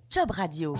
Job Radio.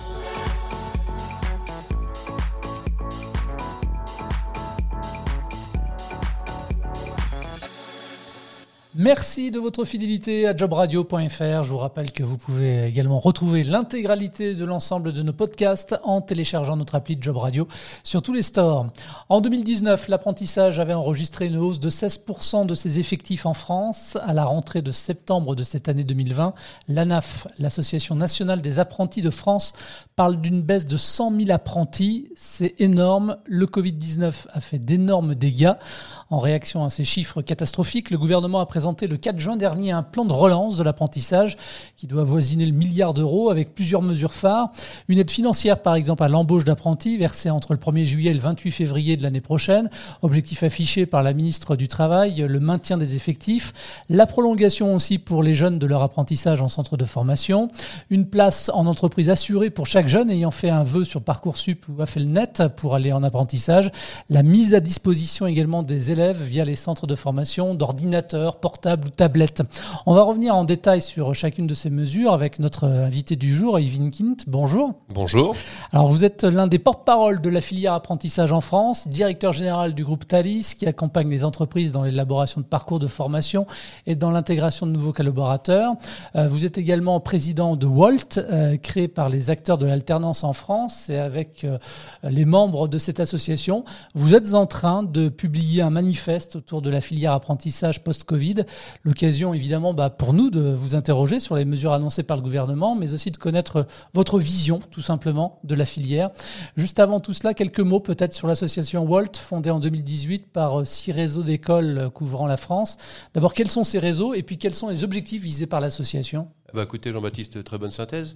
Merci de votre fidélité à jobradio.fr. Je vous rappelle que vous pouvez également retrouver l'intégralité de l'ensemble de nos podcasts en téléchargeant notre appli Job Radio sur tous les stores. En 2019, l'apprentissage avait enregistré une hausse de 16% de ses effectifs en France. À la rentrée de septembre de cette année 2020, l'ANAF, l'Association nationale des apprentis de France, parle d'une baisse de 100 000 apprentis. C'est énorme. Le Covid-19 a fait d'énormes dégâts. En réaction à ces chiffres catastrophiques, le gouvernement a présenté le 4 juin dernier un plan de relance de l'apprentissage qui doit avoisiner le milliard d'euros avec plusieurs mesures phares. Une aide financière, par exemple, à l'embauche d'apprentis versée entre le 1er juillet et le 28 février de l'année prochaine. Objectif affiché par la ministre du Travail, le maintien des effectifs. La prolongation aussi pour les jeunes de leur apprentissage en centre de formation. Une place en entreprise assurée pour chaque jeune ayant fait un vœu sur Parcoursup ou Affelnet pour aller en apprentissage. La mise à disposition également des élèves via les centres de formation d'ordinateurs, portables ou tablettes. On va revenir en détail sur chacune de ces mesures avec notre invité du jour, Yves Kint. Bonjour. Bonjour. Alors vous êtes l'un des porte-parole de la filière apprentissage en France, directeur général du groupe Thalys qui accompagne les entreprises dans l'élaboration de parcours de formation et dans l'intégration de nouveaux collaborateurs. Vous êtes également président de WALT, créé par les acteurs de l'alternance en France et avec les membres de cette association. Vous êtes en train de publier un manifeste autour de la filière apprentissage post-Covid. L'occasion évidemment pour nous de vous interroger sur les mesures annoncées par le gouvernement, mais aussi de connaître votre vision tout simplement de la filière. Juste avant tout cela, quelques mots peut-être sur l'association WALT, fondée en 2018 par 6 réseaux d'écoles couvrant la France. D'abord, quels sont ces réseaux et puis quels sont les objectifs visés par l'association ? Écoutez Jean-Baptiste, très bonne synthèse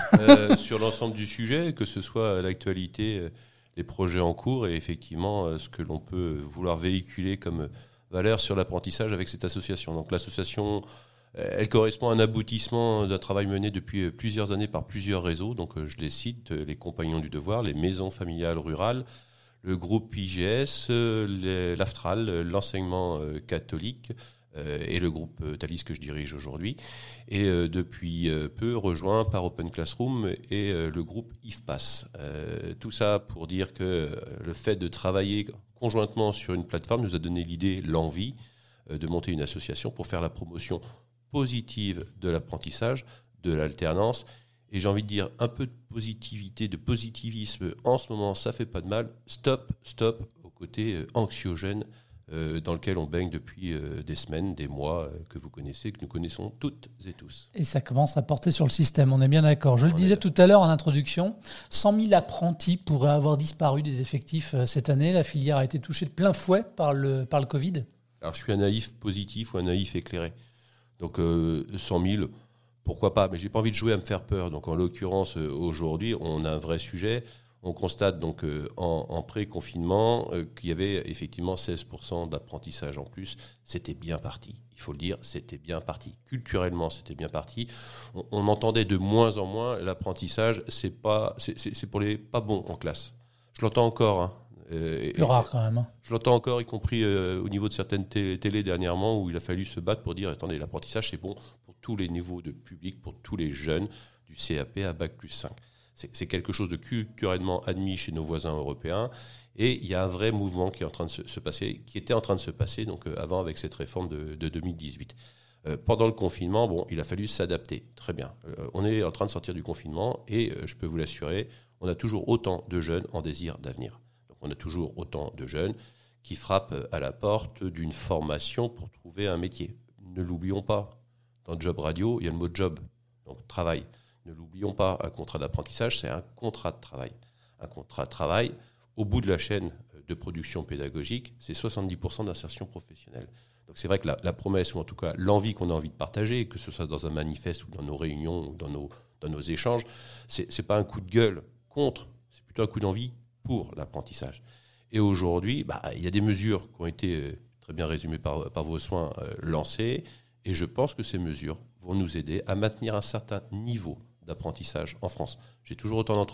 sur l'ensemble du sujet, que ce soit l'actualité, les projets en cours et effectivement ce que l'on peut vouloir véhiculer comme valeur sur l'apprentissage avec cette association. Donc l'association, elle correspond à un aboutissement d'un travail mené depuis plusieurs années par plusieurs réseaux. Donc je les cite, les Compagnons du Devoir, les Maisons Familiales Rurales, le groupe IGS, l'AFTRAL, l'enseignement catholique et le groupe Thalys que je dirige aujourd'hui. Et depuis peu rejoint par Open Classroom et le groupe IFPAS. Tout ça pour dire que le fait de travailler conjointement sur une plateforme nous a donné l'idée, l'envie de monter une association pour faire la promotion positive de l'apprentissage, de l'alternance. Et j'ai envie de dire un peu de positivité, de positivisme. En ce moment, ça fait pas de mal. Stop au côté anxiogène dans lequel on baigne depuis des semaines, des mois, que vous connaissez, que nous connaissons toutes et tous. Et ça commence à porter sur le système, on est bien d'accord. Je le disais tout à l'heure en introduction, 100 000 apprentis pourraient avoir disparu des effectifs cette année. La filière a été touchée de plein fouet par le Covid. Alors je suis un naïf positif ou un naïf éclairé. Donc 100 000, pourquoi pas, mais j'ai pas envie de jouer à me faire peur. Donc en l'occurrence, aujourd'hui, on a un vrai sujet. On constate donc en pré-confinement qu'il y avait effectivement 16% d'apprentissage en plus. C'était bien parti, il faut le dire, c'était bien parti. Culturellement, c'était bien parti. On entendait de moins en moins l'apprentissage, c'est pour les pas bons en classe. Je l'entends encore. Plus rare quand même. Je l'entends encore, y compris au niveau de certaines télés dernièrement, où il a fallu se battre pour dire, attendez, l'apprentissage c'est bon pour tous les niveaux de public, pour tous les jeunes, du CAP à Bac+5. C'est quelque chose de culturellement admis chez nos voisins européens et il y a un vrai mouvement qui est en train de se passer, qui était en train de se passer donc avant avec cette réforme de 2018. Pendant le confinement, il a fallu s'adapter. Très bien. On est en train de sortir du confinement et je peux vous l'assurer, on a toujours autant de jeunes en désir d'avenir. Donc on a toujours autant de jeunes qui frappent à la porte d'une formation pour trouver un métier. Ne l'oublions pas. Dans Job Radio, il y a le mot job, donc travail. Ne l'oublions pas, un contrat d'apprentissage, c'est un contrat de travail. Un contrat de travail, au bout de la chaîne de production pédagogique, c'est 70% d'insertion professionnelle. Donc c'est vrai que la promesse, ou en tout cas l'envie qu'on a envie de partager, que ce soit dans un manifeste ou dans nos réunions ou dans nos échanges, c'est pas un coup de gueule contre, c'est plutôt un coup d'envie pour l'apprentissage. Et aujourd'hui, il y a des mesures qui ont été très bien résumées par vos soins lancées, et je pense que ces mesures vont nous aider à maintenir un certain niveau d'apprentissage en France. J'ai toujours autant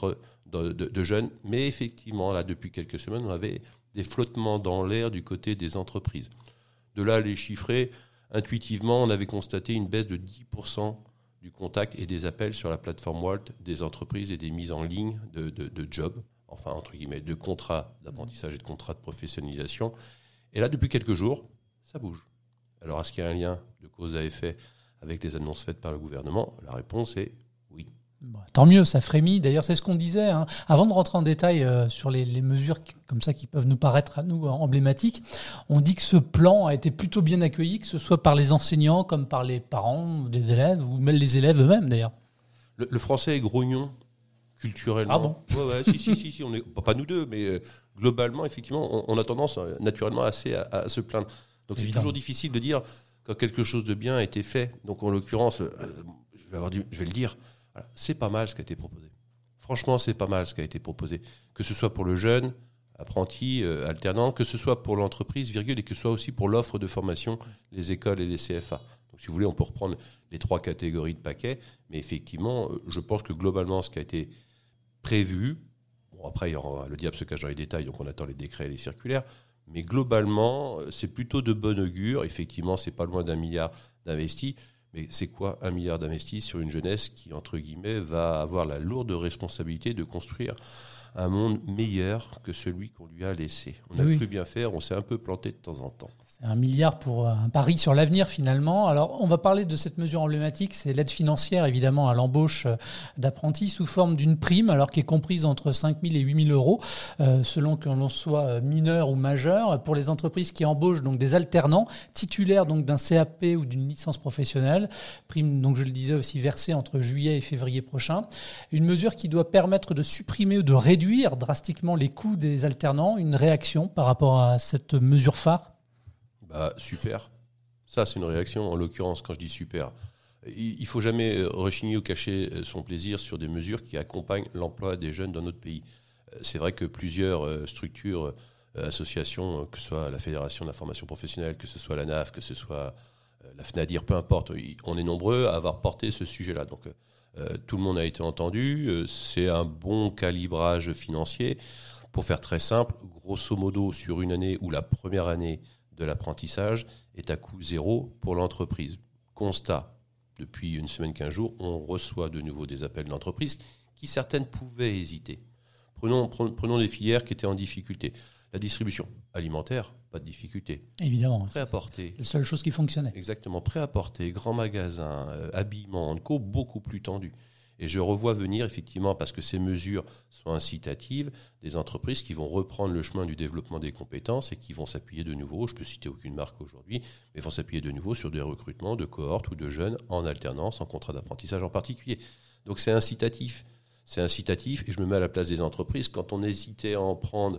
de jeunes, mais effectivement, là, depuis quelques semaines, on avait des flottements dans l'air du côté des entreprises. De là, les chiffrer, intuitivement, on avait constaté une baisse de 10% du contact et des appels sur la plateforme Walt des entreprises et des mises en ligne de jobs, enfin entre guillemets, de contrats d'apprentissage et de contrats de professionnalisation. Et là, depuis quelques jours, ça bouge. Alors, est-ce qu'il y a un lien de cause à effet avec les annonces faites par le gouvernement ? La réponse est oui. Bon, tant mieux, ça frémit. D'ailleurs, c'est ce qu'on disait. Avant de rentrer en détail sur les mesures comme ça qui peuvent nous paraître à nous emblématiques, on dit que ce plan a été plutôt bien accueilli, que ce soit par les enseignants comme par les parents des élèves, ou même les élèves eux-mêmes d'ailleurs. Le français est grognon culturellement. Ah bon ? Ouais, si, on est, pas nous deux, mais globalement, effectivement, on a tendance naturellement assez à se plaindre. Donc c'est toujours difficile de dire quand quelque chose de bien a été fait. Donc en l'occurrence, je vais le dire, voilà, c'est pas mal ce qui a été proposé. Franchement, c'est pas mal ce qui a été proposé. Que ce soit pour le jeune, apprenti, alternant, que ce soit pour l'entreprise, et que ce soit aussi pour l'offre de formation, les écoles et les CFA. Donc si vous voulez, on peut reprendre les 3 catégories de paquets. Mais effectivement, je pense que globalement, ce qui a été prévu, bon après, il y aura, le diable se cache dans les détails, donc on attend les décrets et les circulaires. Mais globalement, c'est plutôt de bon augure. Effectivement, c'est pas loin d'1 milliard d'investis. Mais c'est quoi 1 milliard d'investis sur une jeunesse qui, entre guillemets, va avoir la lourde responsabilité de construire un monde meilleur que celui qu'on lui a laissé. On a cru bien faire, on s'est un peu planté de temps en temps. C'est 1 milliard pour un pari sur l'avenir finalement. Alors on va parler de cette mesure emblématique, c'est l'aide financière évidemment à l'embauche d'apprentis sous forme d'une prime, alors qui est comprise entre 5 000 et 8 000 euros, selon que l'on soit mineur ou majeur, pour les entreprises qui embauchent donc des alternants titulaires donc d'un CAP ou d'une licence professionnelle. Prime, donc je le disais, aussi versée entre juillet et février prochain. Une mesure qui doit permettre de supprimer ou de réduire drastiquement les coûts des alternants. Une réaction par rapport à cette mesure phare ? Super. Ça, c'est une réaction. En l'occurrence, quand je dis super, il ne faut jamais rechigner ou cacher son plaisir sur des mesures qui accompagnent l'emploi des jeunes dans notre pays. C'est vrai que plusieurs structures, associations, que ce soit la Fédération de la formation professionnelle, que ce soit la NAF, que ce soit la FNADIR, peu importe, on est nombreux à avoir porté ce sujet-là. Donc, tout le monde a été entendu. C'est un bon calibrage financier. Pour faire très simple, grosso modo, sur une année où la première année de l'apprentissage est à coût zéro pour l'entreprise. Constat, depuis une semaine, 15 jours, on reçoit de nouveau des appels d'entreprises qui, certaines, pouvaient hésiter. Prenons des filières qui étaient en difficulté. La distribution alimentaire, pas de difficulté. Évidemment. Prêt-à-porter. C'est la seule chose qui fonctionnait. Exactement. Prêt-à-porter, grands magasins, habillement, en co, beaucoup plus tendu. Et je revois venir, effectivement, parce que ces mesures sont incitatives, des entreprises qui vont reprendre le chemin du développement des compétences et qui vont s'appuyer de nouveau, je ne peux citer aucune marque aujourd'hui, mais vont s'appuyer de nouveau sur des recrutements de cohortes ou de jeunes en alternance, en contrat d'apprentissage en particulier. Donc c'est incitatif. C'est incitatif et je me mets à la place des entreprises. Quand on hésitait à en prendre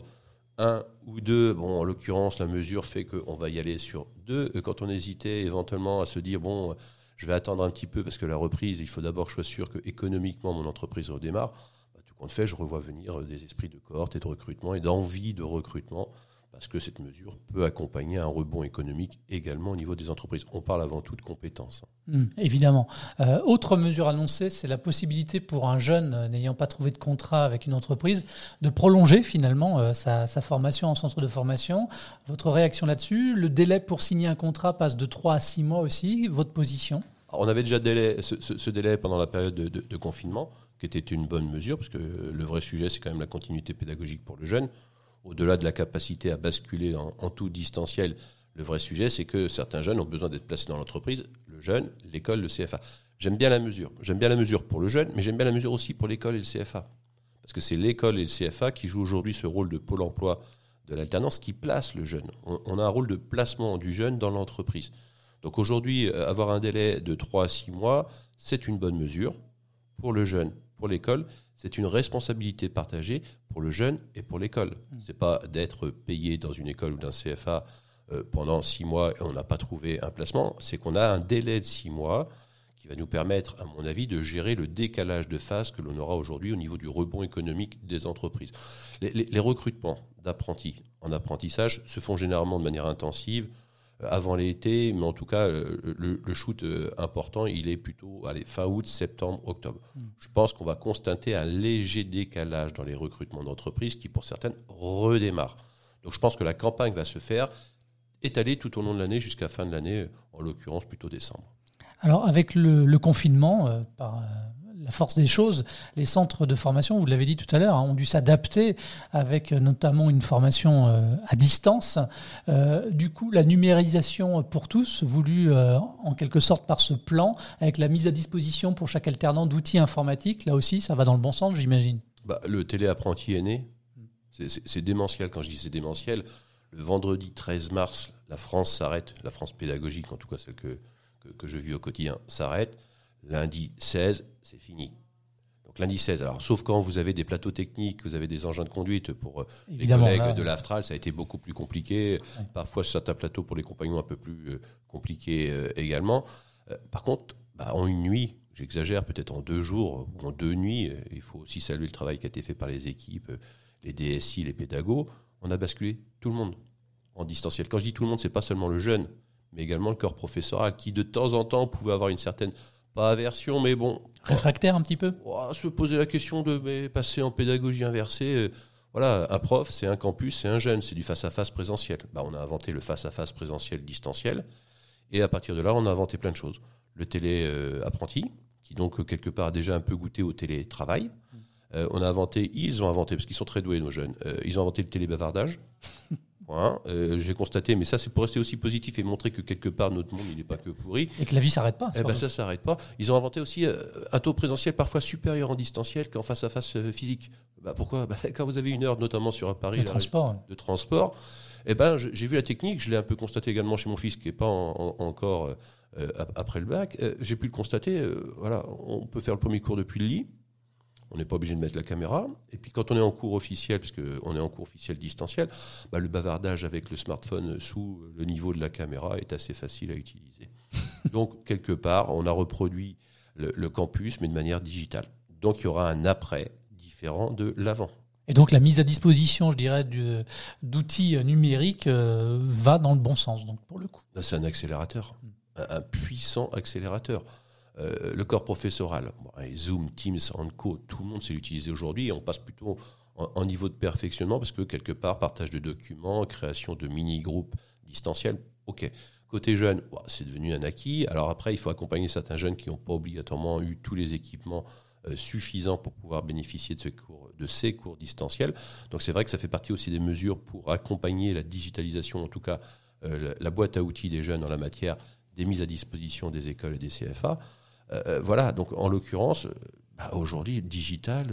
1 ou 2, bon, en l'occurrence, la mesure fait qu'on va y aller sur 2. Quand on hésitait éventuellement à se dire, bon, je vais attendre un petit peu parce que la reprise, il faut d'abord que je sois sûr que économiquement mon entreprise redémarre. Tout compte fait, je revois venir des esprits de cohorte et de recrutement et d'envie de recrutement parce que cette mesure peut accompagner un rebond économique également au niveau des entreprises. On parle avant tout de compétences. Évidemment. Autre mesure annoncée, c'est la possibilité pour un jeune n'ayant pas trouvé de contrat avec une entreprise de prolonger finalement sa formation en centre de formation. Votre réaction là-dessus ? Le délai pour signer un contrat passe de 3 à 6 mois aussi. Votre position ? On avait déjà ce délai pendant la période de confinement, qui était une bonne mesure, parce que le vrai sujet, c'est quand même la continuité pédagogique pour le jeune. Au-delà de la capacité à basculer en tout distanciel, le vrai sujet, c'est que certains jeunes ont besoin d'être placés dans l'entreprise, le jeune, l'école, le CFA. J'aime bien la mesure. J'aime bien la mesure pour le jeune, mais j'aime bien la mesure aussi pour l'école et le CFA. Parce que c'est l'école et le CFA qui jouent aujourd'hui ce rôle de pôle emploi de l'alternance qui place le jeune. On a un rôle de placement du jeune dans l'entreprise. Donc aujourd'hui, avoir un délai de 3 à 6 mois, c'est une bonne mesure pour le jeune, pour l'école. C'est une responsabilité partagée pour le jeune et pour l'école. Ce n'est pas d'être payé dans une école ou d'un CFA pendant 6 mois et on n'a pas trouvé un placement. C'est qu'on a un délai de 6 mois qui va nous permettre, à mon avis, de gérer le décalage de phase que l'on aura aujourd'hui au niveau du rebond économique des entreprises. Les recrutements d'apprentis en apprentissage se font généralement de manière intensive avant l'été, mais en tout cas, le shoot important, il est plutôt fin août, septembre, octobre. Je pense qu'on va constater un léger décalage dans les recrutements d'entreprises qui, pour certaines, redémarrent. Donc je pense que la campagne va se faire étaler tout au long de l'année jusqu'à fin de l'année, en l'occurrence plutôt décembre. Alors, avec le confinement, par la force des choses, les centres de formation, vous l'avez dit tout à l'heure, ont dû s'adapter avec notamment une formation à distance. Du coup, la numérisation pour tous, voulue en quelque sorte par ce plan, avec la mise à disposition pour chaque alternant d'outils informatiques, là aussi, ça va dans le bon sens, j'imagine. Le téléapprenti est né. C'est démentiel. Quand je dis c'est démentiel, le vendredi 13 mars, la France s'arrête, la France pédagogique, en tout cas celle que je vis au quotidien, s'arrête. Lundi 16, c'est fini. Donc lundi 16, alors sauf quand vous avez des plateaux techniques, vous avez des engins de conduite pour évidemment, les collègues de l'Astral, ça a été beaucoup plus compliqué. Ouais. Parfois, sur certains plateaux, pour les compagnons, un peu plus compliqué également. Par contre, en une nuit, j'exagère, peut-être en 2 jours ou en 2 nuits, il faut aussi saluer le travail qui a été fait par les équipes, les DSI, les pédagogues. On a basculé tout le monde en distanciel. Quand je dis tout le monde, c'est pas seulement le jeune, mais également le corps professoral qui, de temps en temps, pouvait avoir une certaine... Pas aversion, mais bon... Réfractaire un petit peu. Se poser la question de passer en pédagogie inversée. Voilà, un prof, c'est un campus, c'est un jeune, c'est du face-à-face présentiel. On a inventé le face-à-face présentiel distanciel. Et à partir de là, on a inventé plein de choses. Le télé-apprenti, qui donc quelque part a déjà un peu goûté au télétravail. Ils ont inventé, parce qu'ils sont très doués, nos jeunes, ils ont inventé le télébavardage. J'ai constaté, mais ça c'est pour rester aussi positif et montrer que quelque part notre monde il n'est pas que pourri. Et que la vie s'arrête pas. Ça s'arrête pas. Ils ont inventé aussi un taux présentiel parfois supérieur en distanciel qu'en face à face physique. Pourquoi ? Quand vous avez 1 heure, notamment sur un Paris de transport, j'ai vu la technique, je l'ai un peu constaté également chez mon fils qui n'est pas encore après le bac. J'ai pu le constater. On peut faire le premier cours depuis le lit. On n'est pas obligé de mettre la caméra. Et puis quand on est en cours officiel, puisqu'on est en cours officiel distanciel, le bavardage avec le smartphone sous le niveau de la caméra est assez facile à utiliser. Donc, quelque part, on a reproduit le campus, mais de manière digitale. Donc, il y aura un après différent de l'avant. Et donc, la mise à disposition, je dirais, d'outils numériques va dans le bon sens, donc, pour le coup. C'est un accélérateur, un puissant accélérateur. Le corps professoral, Zoom, Teams, Co, tout le monde sait l'utiliser aujourd'hui et on passe plutôt en niveau de perfectionnement parce que quelque part, partage de documents, création de mini-groupes distanciels, ok. Côté jeune, c'est devenu un acquis. Alors après, il faut accompagner certains jeunes qui n'ont pas obligatoirement eu tous les équipements suffisants pour pouvoir bénéficier de ces cours distanciels. Donc c'est vrai que ça fait partie aussi des mesures pour accompagner la digitalisation, en tout cas la boîte à outils des jeunes en la matière, des mises à disposition des écoles et des CFA. Donc en l'occurrence, aujourd'hui, digital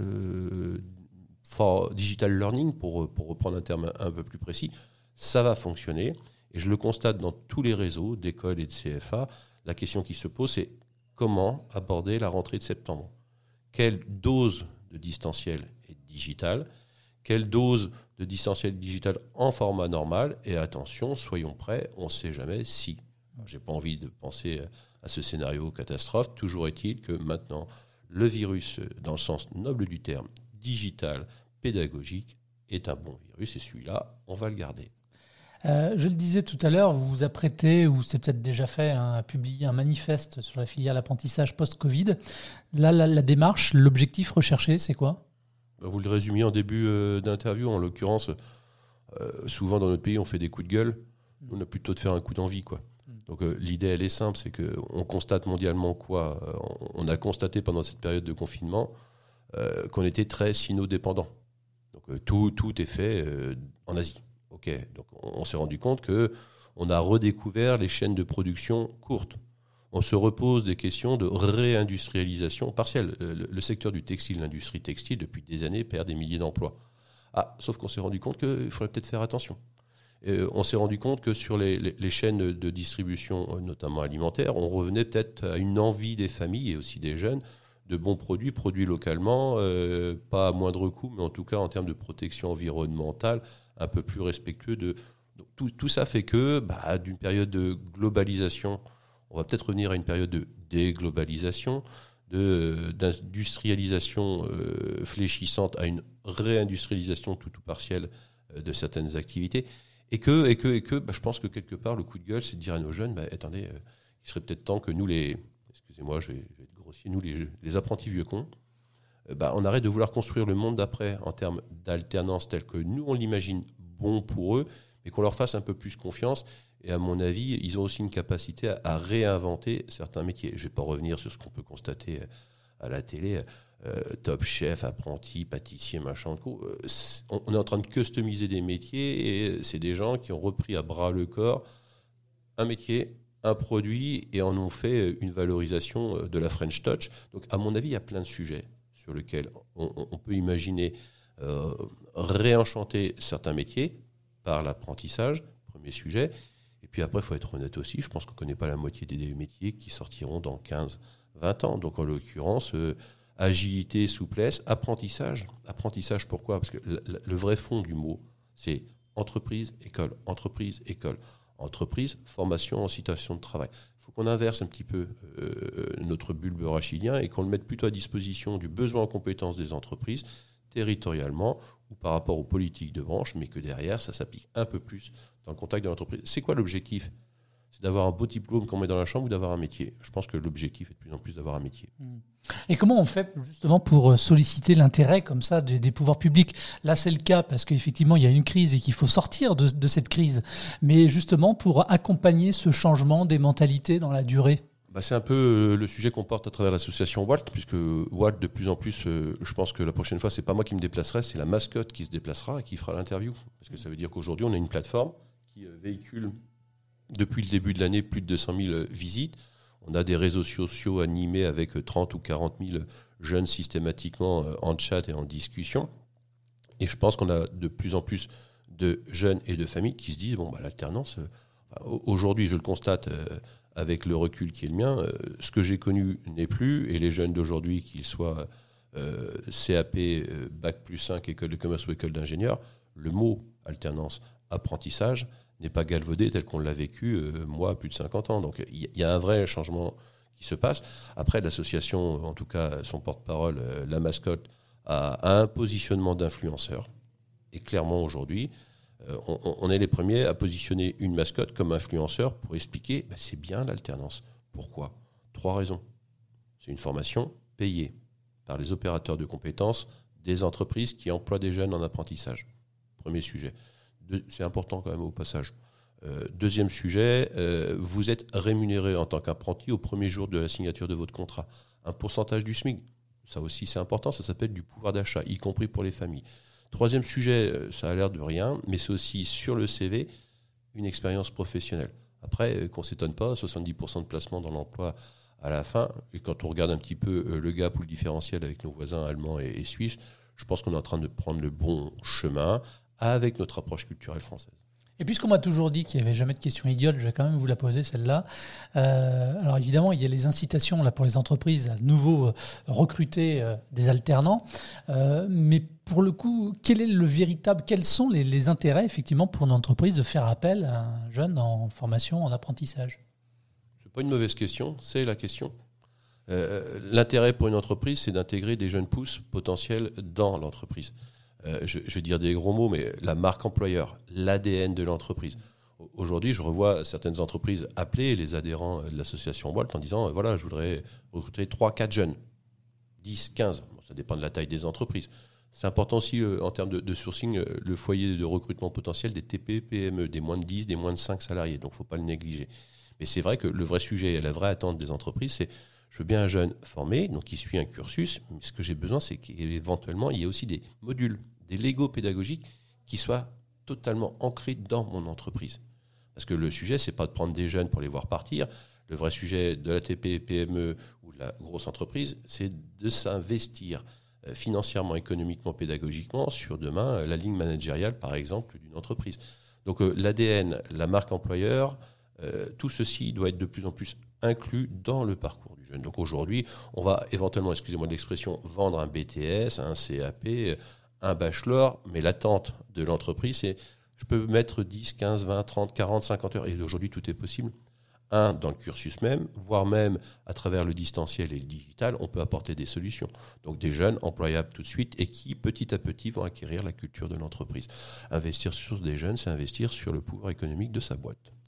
learning, pour reprendre un terme un peu plus précis, ça va fonctionner. Et je le constate dans tous les réseaux d'écoles et de CFA. La question qui se pose, c'est comment aborder la rentrée de septembre ? Quelle dose de distanciel est digital ? Quelle dose de distanciel digital en format normal ? Et attention, soyons prêts, on ne sait jamais si. Je n'ai pas envie de penser à ce scénario catastrophe. Toujours est-il que maintenant, le virus, dans le sens noble du terme, digital, pédagogique, est un bon virus. Et celui-là, on va le garder. Je le disais tout à l'heure, vous vous apprêtez, ou c'est peut-être déjà fait, à publier un manifeste sur la filière l'apprentissage post-Covid. Là, la démarche, l'objectif recherché, c'est quoi ? Vous le résumiez en début d'interview. En l'occurrence, souvent dans notre pays, on fait des coups de gueule. On a plutôt de faire un coup d'envie, quoi. Donc l'idée, elle est simple, c'est qu'on constate mondialement quoi ? On a constaté pendant cette période de confinement qu'on était très sino-dépendant. Donc tout est fait en Asie. Ok, donc on s'est rendu compte qu'on a redécouvert les chaînes de production courtes. On se repose des questions de réindustrialisation partielle. Le secteur du textile, l'industrie textile, depuis des années, perd des milliers d'emplois. Sauf qu'on s'est rendu compte qu'il faudrait peut-être faire attention. On s'est rendu compte que sur les chaînes de distribution, notamment alimentaires, on revenait peut-être à une envie des familles et aussi des jeunes de bons produits localement, pas à moindre coût, mais en tout cas en termes de protection environnementale, un peu plus respectueux. Donc tout ça fait que, d'une période de globalisation, on va peut-être revenir à une période de déglobalisation, d'industrialisation fléchissante à une réindustrialisation tout ou partielle de certaines activités. Et que je pense que quelque part, le coup de gueule, c'est de dire à nos jeunes, attendez, il serait peut-être temps que nous, excusez-moi, je vais être grossier, nous, les apprentis vieux cons, on arrête de vouloir construire le monde d'après en termes d'alternance tel que nous, on l'imagine bon pour eux, mais et qu'on leur fasse un peu plus confiance. Et à mon avis, ils ont aussi une capacité à réinventer certains métiers. Je ne vais pas revenir sur ce qu'on peut constater à la télé, top chef, apprenti, pâtissier, machin de coup. On est en train de customiser des métiers et c'est des gens qui ont repris à bras le corps un métier, un produit et en ont fait une valorisation de la French Touch. Donc à mon avis, il y a plein de sujets sur lesquels on peut imaginer réenchanter certains métiers par l'apprentissage, premier sujet. Et puis après, il faut être honnête aussi, je pense qu'on ne connaît pas la moitié des métiers qui sortiront dans 15, 20 ans. Donc en l'occurrence, agilité, souplesse, apprentissage. Apprentissage pourquoi ? Parce que le vrai fond du mot, c'est entreprise, école. Entreprise, école. Entreprise, formation en situation de travail. Il faut qu'on inverse un petit peu notre bulbe rachidien et qu'on le mette plutôt à disposition du besoin en compétences des entreprises, territorialement ou par rapport aux politiques de branche, mais que derrière, ça s'applique un peu plus dans le contact de l'entreprise. C'est quoi l'objectif ? C'est d'avoir un beau diplôme qu'on met dans la chambre ou d'avoir un métier ? Je pense que l'objectif est de plus en plus d'avoir un métier. Et comment on fait justement pour solliciter l'intérêt comme ça des pouvoirs publics ? Là, c'est le cas parce qu'effectivement, il y a une crise et qu'il faut sortir de cette crise. Mais justement, pour accompagner ce changement des mentalités dans la durée ? C'est un peu le sujet qu'on porte à travers l'association WALT, puisque WALT, de plus en plus, je pense que la prochaine fois, c'est pas moi qui me déplacerai, c'est la mascotte qui se déplacera et qui fera l'interview. Parce que ça veut dire qu'aujourd'hui, on a une plateforme qui véhicule, depuis le début de l'année, plus de 200 000 visites. On a des réseaux sociaux animés avec 30 ou 40 000 jeunes systématiquement en chat et en discussion. Et je pense qu'on a de plus en plus de jeunes et de familles qui se disent, l'alternance, aujourd'hui, je le constate avec le recul qui est le mien, ce que j'ai connu n'est plus, et les jeunes d'aujourd'hui, qu'ils soient CAP, Bac plus 5, école de commerce ou école d'ingénieur, le mot alternance, apprentissage, n'est pas galvaudé tel qu'on l'a vécu, moi, à plus de 50 ans. Donc il y a un vrai changement qui se passe. Après, l'association, en tout cas son porte-parole, la mascotte, a un positionnement d'influenceur. Et clairement, aujourd'hui, on est les premiers à positionner une mascotte comme influenceur pour expliquer c'est bien l'alternance. Pourquoi ? 3 raisons. C'est une formation payée par les opérateurs de compétences des entreprises qui emploient des jeunes en apprentissage. Premier sujet. C'est important quand même au passage. Deuxième sujet, vous êtes rémunéré en tant qu'apprenti au premier jour de la signature de votre contrat. Un pourcentage du SMIC, ça aussi c'est important, ça s'appelle du pouvoir d'achat, y compris pour les familles. Troisième sujet, ça a l'air de rien, mais c'est aussi sur le CV une expérience professionnelle. Après, qu'on ne s'étonne pas, 70% de placement dans l'emploi à la fin, et quand on regarde un petit peu le gap ou le différentiel avec nos voisins allemands et suisses, je pense qu'on est en train de prendre le bon chemin avec notre approche culturelle française. Et puisqu'on m'a toujours dit qu'il n'y avait jamais de questions idiotes, je vais quand même vous la poser celle-là. Alors évidemment, il y a les incitations là, pour les entreprises à nouveau recruter des alternants. Mais pour le coup, quels sont les intérêts effectivement pour une entreprise de faire appel à un jeune en formation, en apprentissage ? C'est pas une mauvaise question, c'est la question. L'intérêt pour une entreprise, c'est d'intégrer des jeunes pousses potentiels dans l'entreprise. Je vais dire des gros mots, mais la marque employeur, l'ADN de l'entreprise. Aujourd'hui, je revois certaines entreprises appeler les adhérents de l'association WALT en disant voilà, je voudrais recruter 3-4 jeunes, 10, 15, ça dépend de la taille des entreprises. C'est important aussi en termes de sourcing, le foyer de recrutement potentiel des TPE, PME, des moins de 10, des moins de 5 salariés, donc il ne faut pas le négliger. Mais c'est vrai que le vrai sujet et la vraie attente des entreprises, c'est je veux bien un jeune formé, donc qui suit un cursus, mais ce que j'ai besoin, c'est qu'éventuellement, il y ait aussi des modules, des Lego pédagogiques qui soient totalement ancrés dans mon entreprise. Parce que le sujet, c'est pas de prendre des jeunes pour les voir partir. Le vrai sujet de la TPE, PME ou de la grosse entreprise, c'est de s'investir financièrement, économiquement, pédagogiquement sur demain la ligne managériale, par exemple, d'une entreprise. Donc l'ADN, la marque employeur, tout ceci doit être de plus en plus inclus dans le parcours du jeune. Donc aujourd'hui, on va éventuellement, excusez-moi de l'expression, vendre un BTS, un CAP, un bachelor, mais l'attente de l'entreprise, c'est je peux mettre 10, 15, 20, 30, 40, 50 heures, et aujourd'hui tout est possible. Dans le cursus même, voire même à travers le distanciel et le digital, on peut apporter des solutions. Donc des jeunes employables tout de suite et qui, petit à petit, vont acquérir la culture de l'entreprise. Investir sur des jeunes, c'est investir sur le pouvoir économique de sa boîte.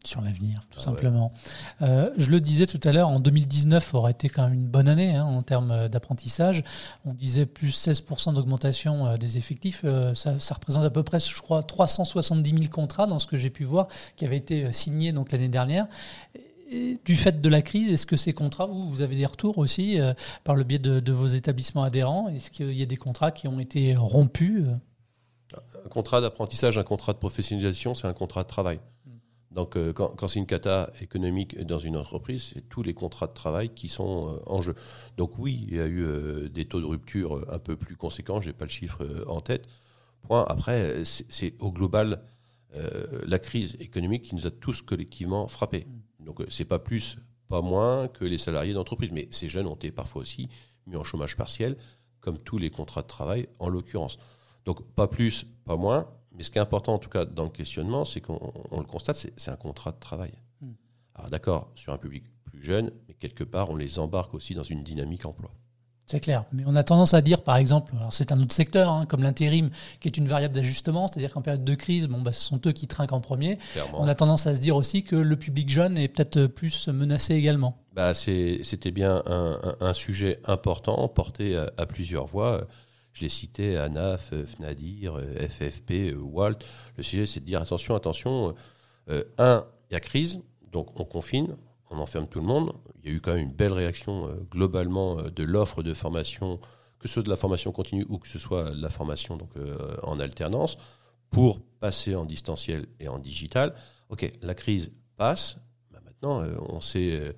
Sur l'avenir, tout simplement. Ouais. Je le disais tout à l'heure, en 2019 aurait été quand même une bonne année en termes d'apprentissage. On disait plus 16% d'augmentation des effectifs. Ça représente à peu près, je crois, 370 000 contrats dans ce que j'ai pu voir, qui avaient été signés donc, l'année dernière. Et du fait de la crise, est-ce que ces contrats, vous avez des retours aussi par le biais de vos établissements adhérents? Est-ce qu'il y a des contrats qui ont été rompus? Un contrat d'apprentissage, un contrat de professionnalisation, c'est un contrat de travail. Donc, quand c'est une cata économique dans une entreprise, c'est tous les contrats de travail qui sont en jeu. Donc oui, il y a eu des taux de rupture un peu plus conséquents, je n'ai pas le chiffre en tête. Point. Après, c'est au global la crise économique qui nous a tous collectivement frappés. Donc, c'est pas plus, pas moins que les salariés d'entreprise. Mais ces jeunes ont été parfois aussi mis en chômage partiel, comme tous les contrats de travail en l'occurrence. Donc, pas plus, pas moins. Mais ce qui est important, en tout cas, dans le questionnement, c'est qu'on le constate, c'est un contrat de travail. Alors d'accord, sur un public plus jeune, mais quelque part, on les embarque aussi dans une dynamique emploi. C'est clair. Mais on a tendance à dire, par exemple, alors c'est un autre secteur, comme l'intérim, qui est une variable d'ajustement, c'est-à-dire qu'en période de crise, ce sont eux qui trinquent en premier. Clairement. On a tendance à se dire aussi que le public jeune est peut-être plus menacé également. C'était bien un sujet important, porté à plusieurs voix. Je l'ai cité, ANAF, FNADIR, FFP, WALT. Le sujet, c'est de dire attention. Il y a crise, donc on confine, on enferme tout le monde. Il y a eu quand même une belle réaction globalement de l'offre de formation, que ce soit de la formation continue ou que ce soit de la formation donc, en alternance, pour passer en distanciel et en digital. Ok, la crise passe. Maintenant, on sait...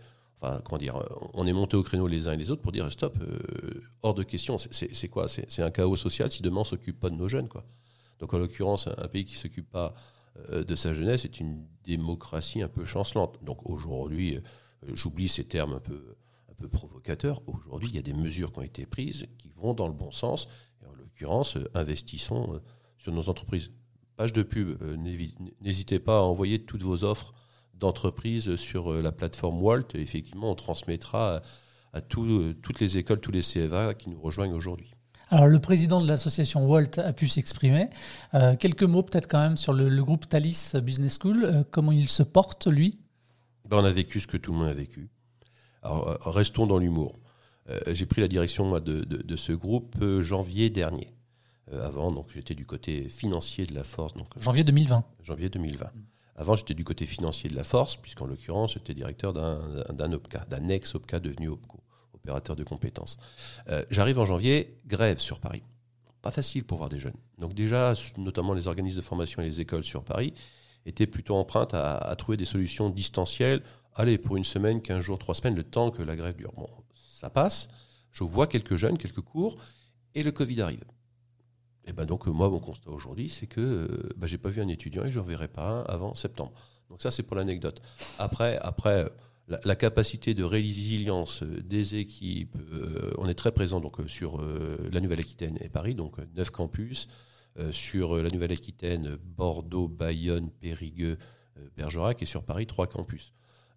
on est monté au créneau les uns et les autres pour dire stop, hors de question. C'est quoi ? C'est un chaos social si demain on ne s'occupe pas de nos jeunes, quoi. Donc en l'occurrence, un pays qui ne s'occupe pas de sa jeunesse est une démocratie un peu chancelante. Donc aujourd'hui, j'oublie ces termes un peu provocateurs. Aujourd'hui, il y a des mesures qui ont été prises qui vont dans le bon sens. Et en l'occurrence, investissons sur nos entreprises. Page de pub, n'hésitez pas à envoyer toutes vos offres d'entreprise sur la plateforme WALT. Effectivement, on transmettra à toutes les écoles, tous les CFA qui nous rejoignent aujourd'hui. Alors, le président de l'association WALT a pu s'exprimer. Quelques mots peut-être quand même sur le groupe Thalys Business School. Comment il se porte, lui ? On a vécu ce que tout le monde a vécu. Alors, restons dans l'humour. J'ai pris la direction moi, de ce groupe janvier dernier. Avant, donc, j'étais du côté financier de la force. Donc, janvier 2020. Janvier 2020. Avant, j'étais du côté financier de la force, puisqu'en l'occurrence, j'étais directeur d'un OPCA, d'un ex-OPCA devenu OPCO, opérateur de compétences. J'arrive en janvier, grève sur Paris. Pas facile pour voir des jeunes. Donc déjà, notamment les organismes de formation et les écoles sur Paris, étaient plutôt empreintes à trouver des solutions distancielles. Allez, pour une semaine, 15 jours, 3 semaines, le temps que la grève dure. Bon, ça passe. Je vois quelques jeunes, quelques cours, et le Covid arrive. Et donc moi, mon constat aujourd'hui, c'est que j'ai pas vu un étudiant et je ne reverrai pas un avant septembre. Donc ça, c'est pour l'anecdote. Après la capacité de résilience des équipes, on est très présent donc, sur la Nouvelle-Aquitaine et Paris, donc 9 campus, sur la Nouvelle-Aquitaine, Bordeaux, Bayonne, Périgueux, Bergerac, et sur Paris, 3 campus.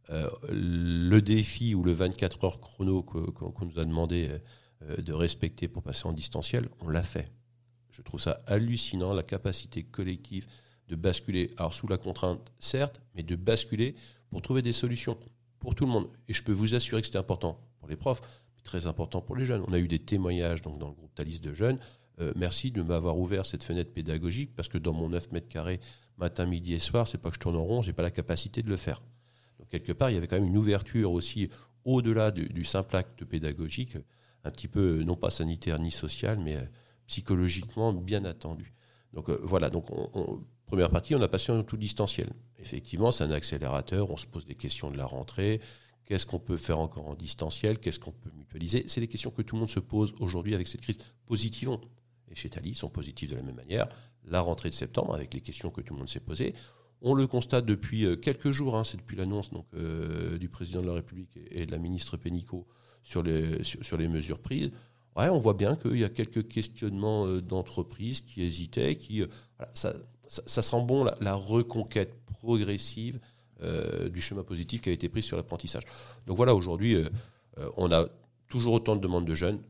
Le défi ou le 24 heures chrono qu'on nous a demandé de respecter pour passer en distanciel, on l'a fait. Je trouve ça hallucinant, la capacité collective de basculer, alors sous la contrainte, certes, mais de basculer pour trouver des solutions pour tout le monde. Et je peux vous assurer que c'était important pour les profs, mais très important pour les jeunes. On a eu des témoignages donc, dans le groupe Thalys de jeunes. Merci de m'avoir ouvert cette fenêtre pédagogique, parce que dans mon 9 mètres carrés, matin, midi et soir, c'est pas que je tourne en rond, j'ai pas la capacité de le faire. Donc quelque part, il y avait quand même une ouverture aussi, au-delà du simple acte pédagogique, un petit peu, non pas sanitaire ni social, mais psychologiquement bien attendu. Donc voilà, donc première partie, on a passé en tout distanciel. Effectivement, c'est un accélérateur, on se pose des questions de la rentrée, qu'est-ce qu'on peut faire encore en distanciel, qu'est-ce qu'on peut mutualiser. C'est les questions que tout le monde se pose aujourd'hui avec cette crise. Positivons. Et chez Thalys, on positive de la même manière. La rentrée de septembre, avec les questions que tout le monde s'est posées, on le constate depuis quelques jours, c'est depuis l'annonce donc, du président de la République et de la ministre Pénicaud sur les mesures prises. Ouais, on voit bien qu'il y a quelques questionnements d'entreprises qui hésitaient, ça sent bon la reconquête progressive du chemin positif qui a été pris sur l'apprentissage. Donc voilà, aujourd'hui, on a toujours autant de demandes de jeunes,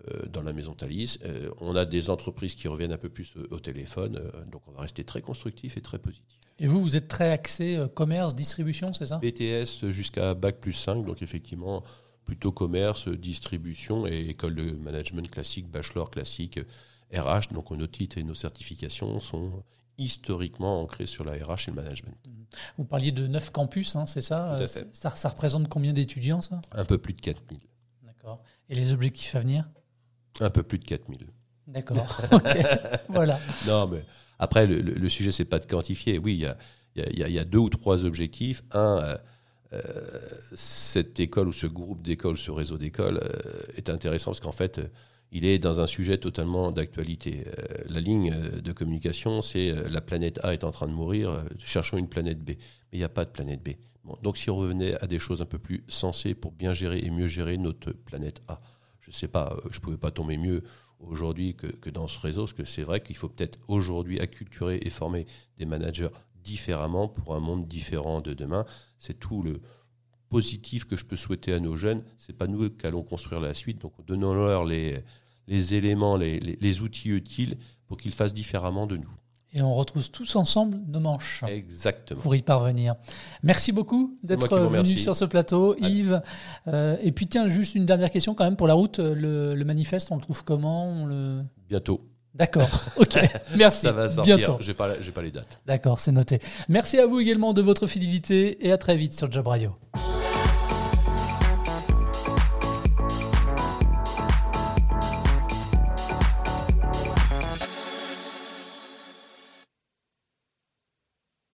dans la maison Thalys. On a des entreprises qui reviennent un peu plus au téléphone, donc on va rester très constructif et très positif. Et vous êtes très axé commerce, distribution, c'est ça ? BTS jusqu'à Bac+5, donc effectivement plutôt commerce, distribution et école de management classique, bachelor classique, RH. Donc nos titres et nos certifications sont historiquement ancrés sur la RH et le management. Vous parliez de 9 campus, c'est ça ? Tout à fait. Ça représente combien d'étudiants, ça ? Un peu plus de 4000. D'accord. Et les objectifs à venir ? Un peu plus de 4000. D'accord, ok, voilà. Non, mais après, le sujet, c'est pas de quantifier. Oui, il y a 2 ou 3 objectifs. Un, cette école ou ce groupe d'écoles, ce réseau d'écoles est intéressant parce qu'en fait, il est dans un sujet totalement d'actualité. La ligne de communication, c'est la planète A est en train de mourir, cherchons une planète B. Mais il n'y a pas de planète B. Bon, donc si on revenait à des choses un peu plus sensées pour bien gérer et mieux gérer notre planète A, je ne sais pas, je ne pouvais pas tomber mieux aujourd'hui que dans ce réseau, parce que c'est vrai qu'il faut peut-être aujourd'hui acculturer et former des managers différemment pour un monde différent de demain. C'est tout le positif que je peux souhaiter à nos jeunes. Ce n'est pas nous qui allons construire la suite, donc donnons-leur les éléments, les outils utiles pour qu'ils fassent différemment de nous. Et on retrouve tous ensemble nos manches. Exactement. Pour y parvenir. Merci beaucoup d'être venu sur ce plateau, Yves. Et puis tiens, juste une dernière question quand même pour la route. Le manifeste, on le trouve comment ? Bientôt. D'accord, ok, merci. Ça va sortir, bientôt. J'ai pas les dates. D'accord, c'est noté. Merci à vous également de votre fidélité et à très vite sur Job Radio.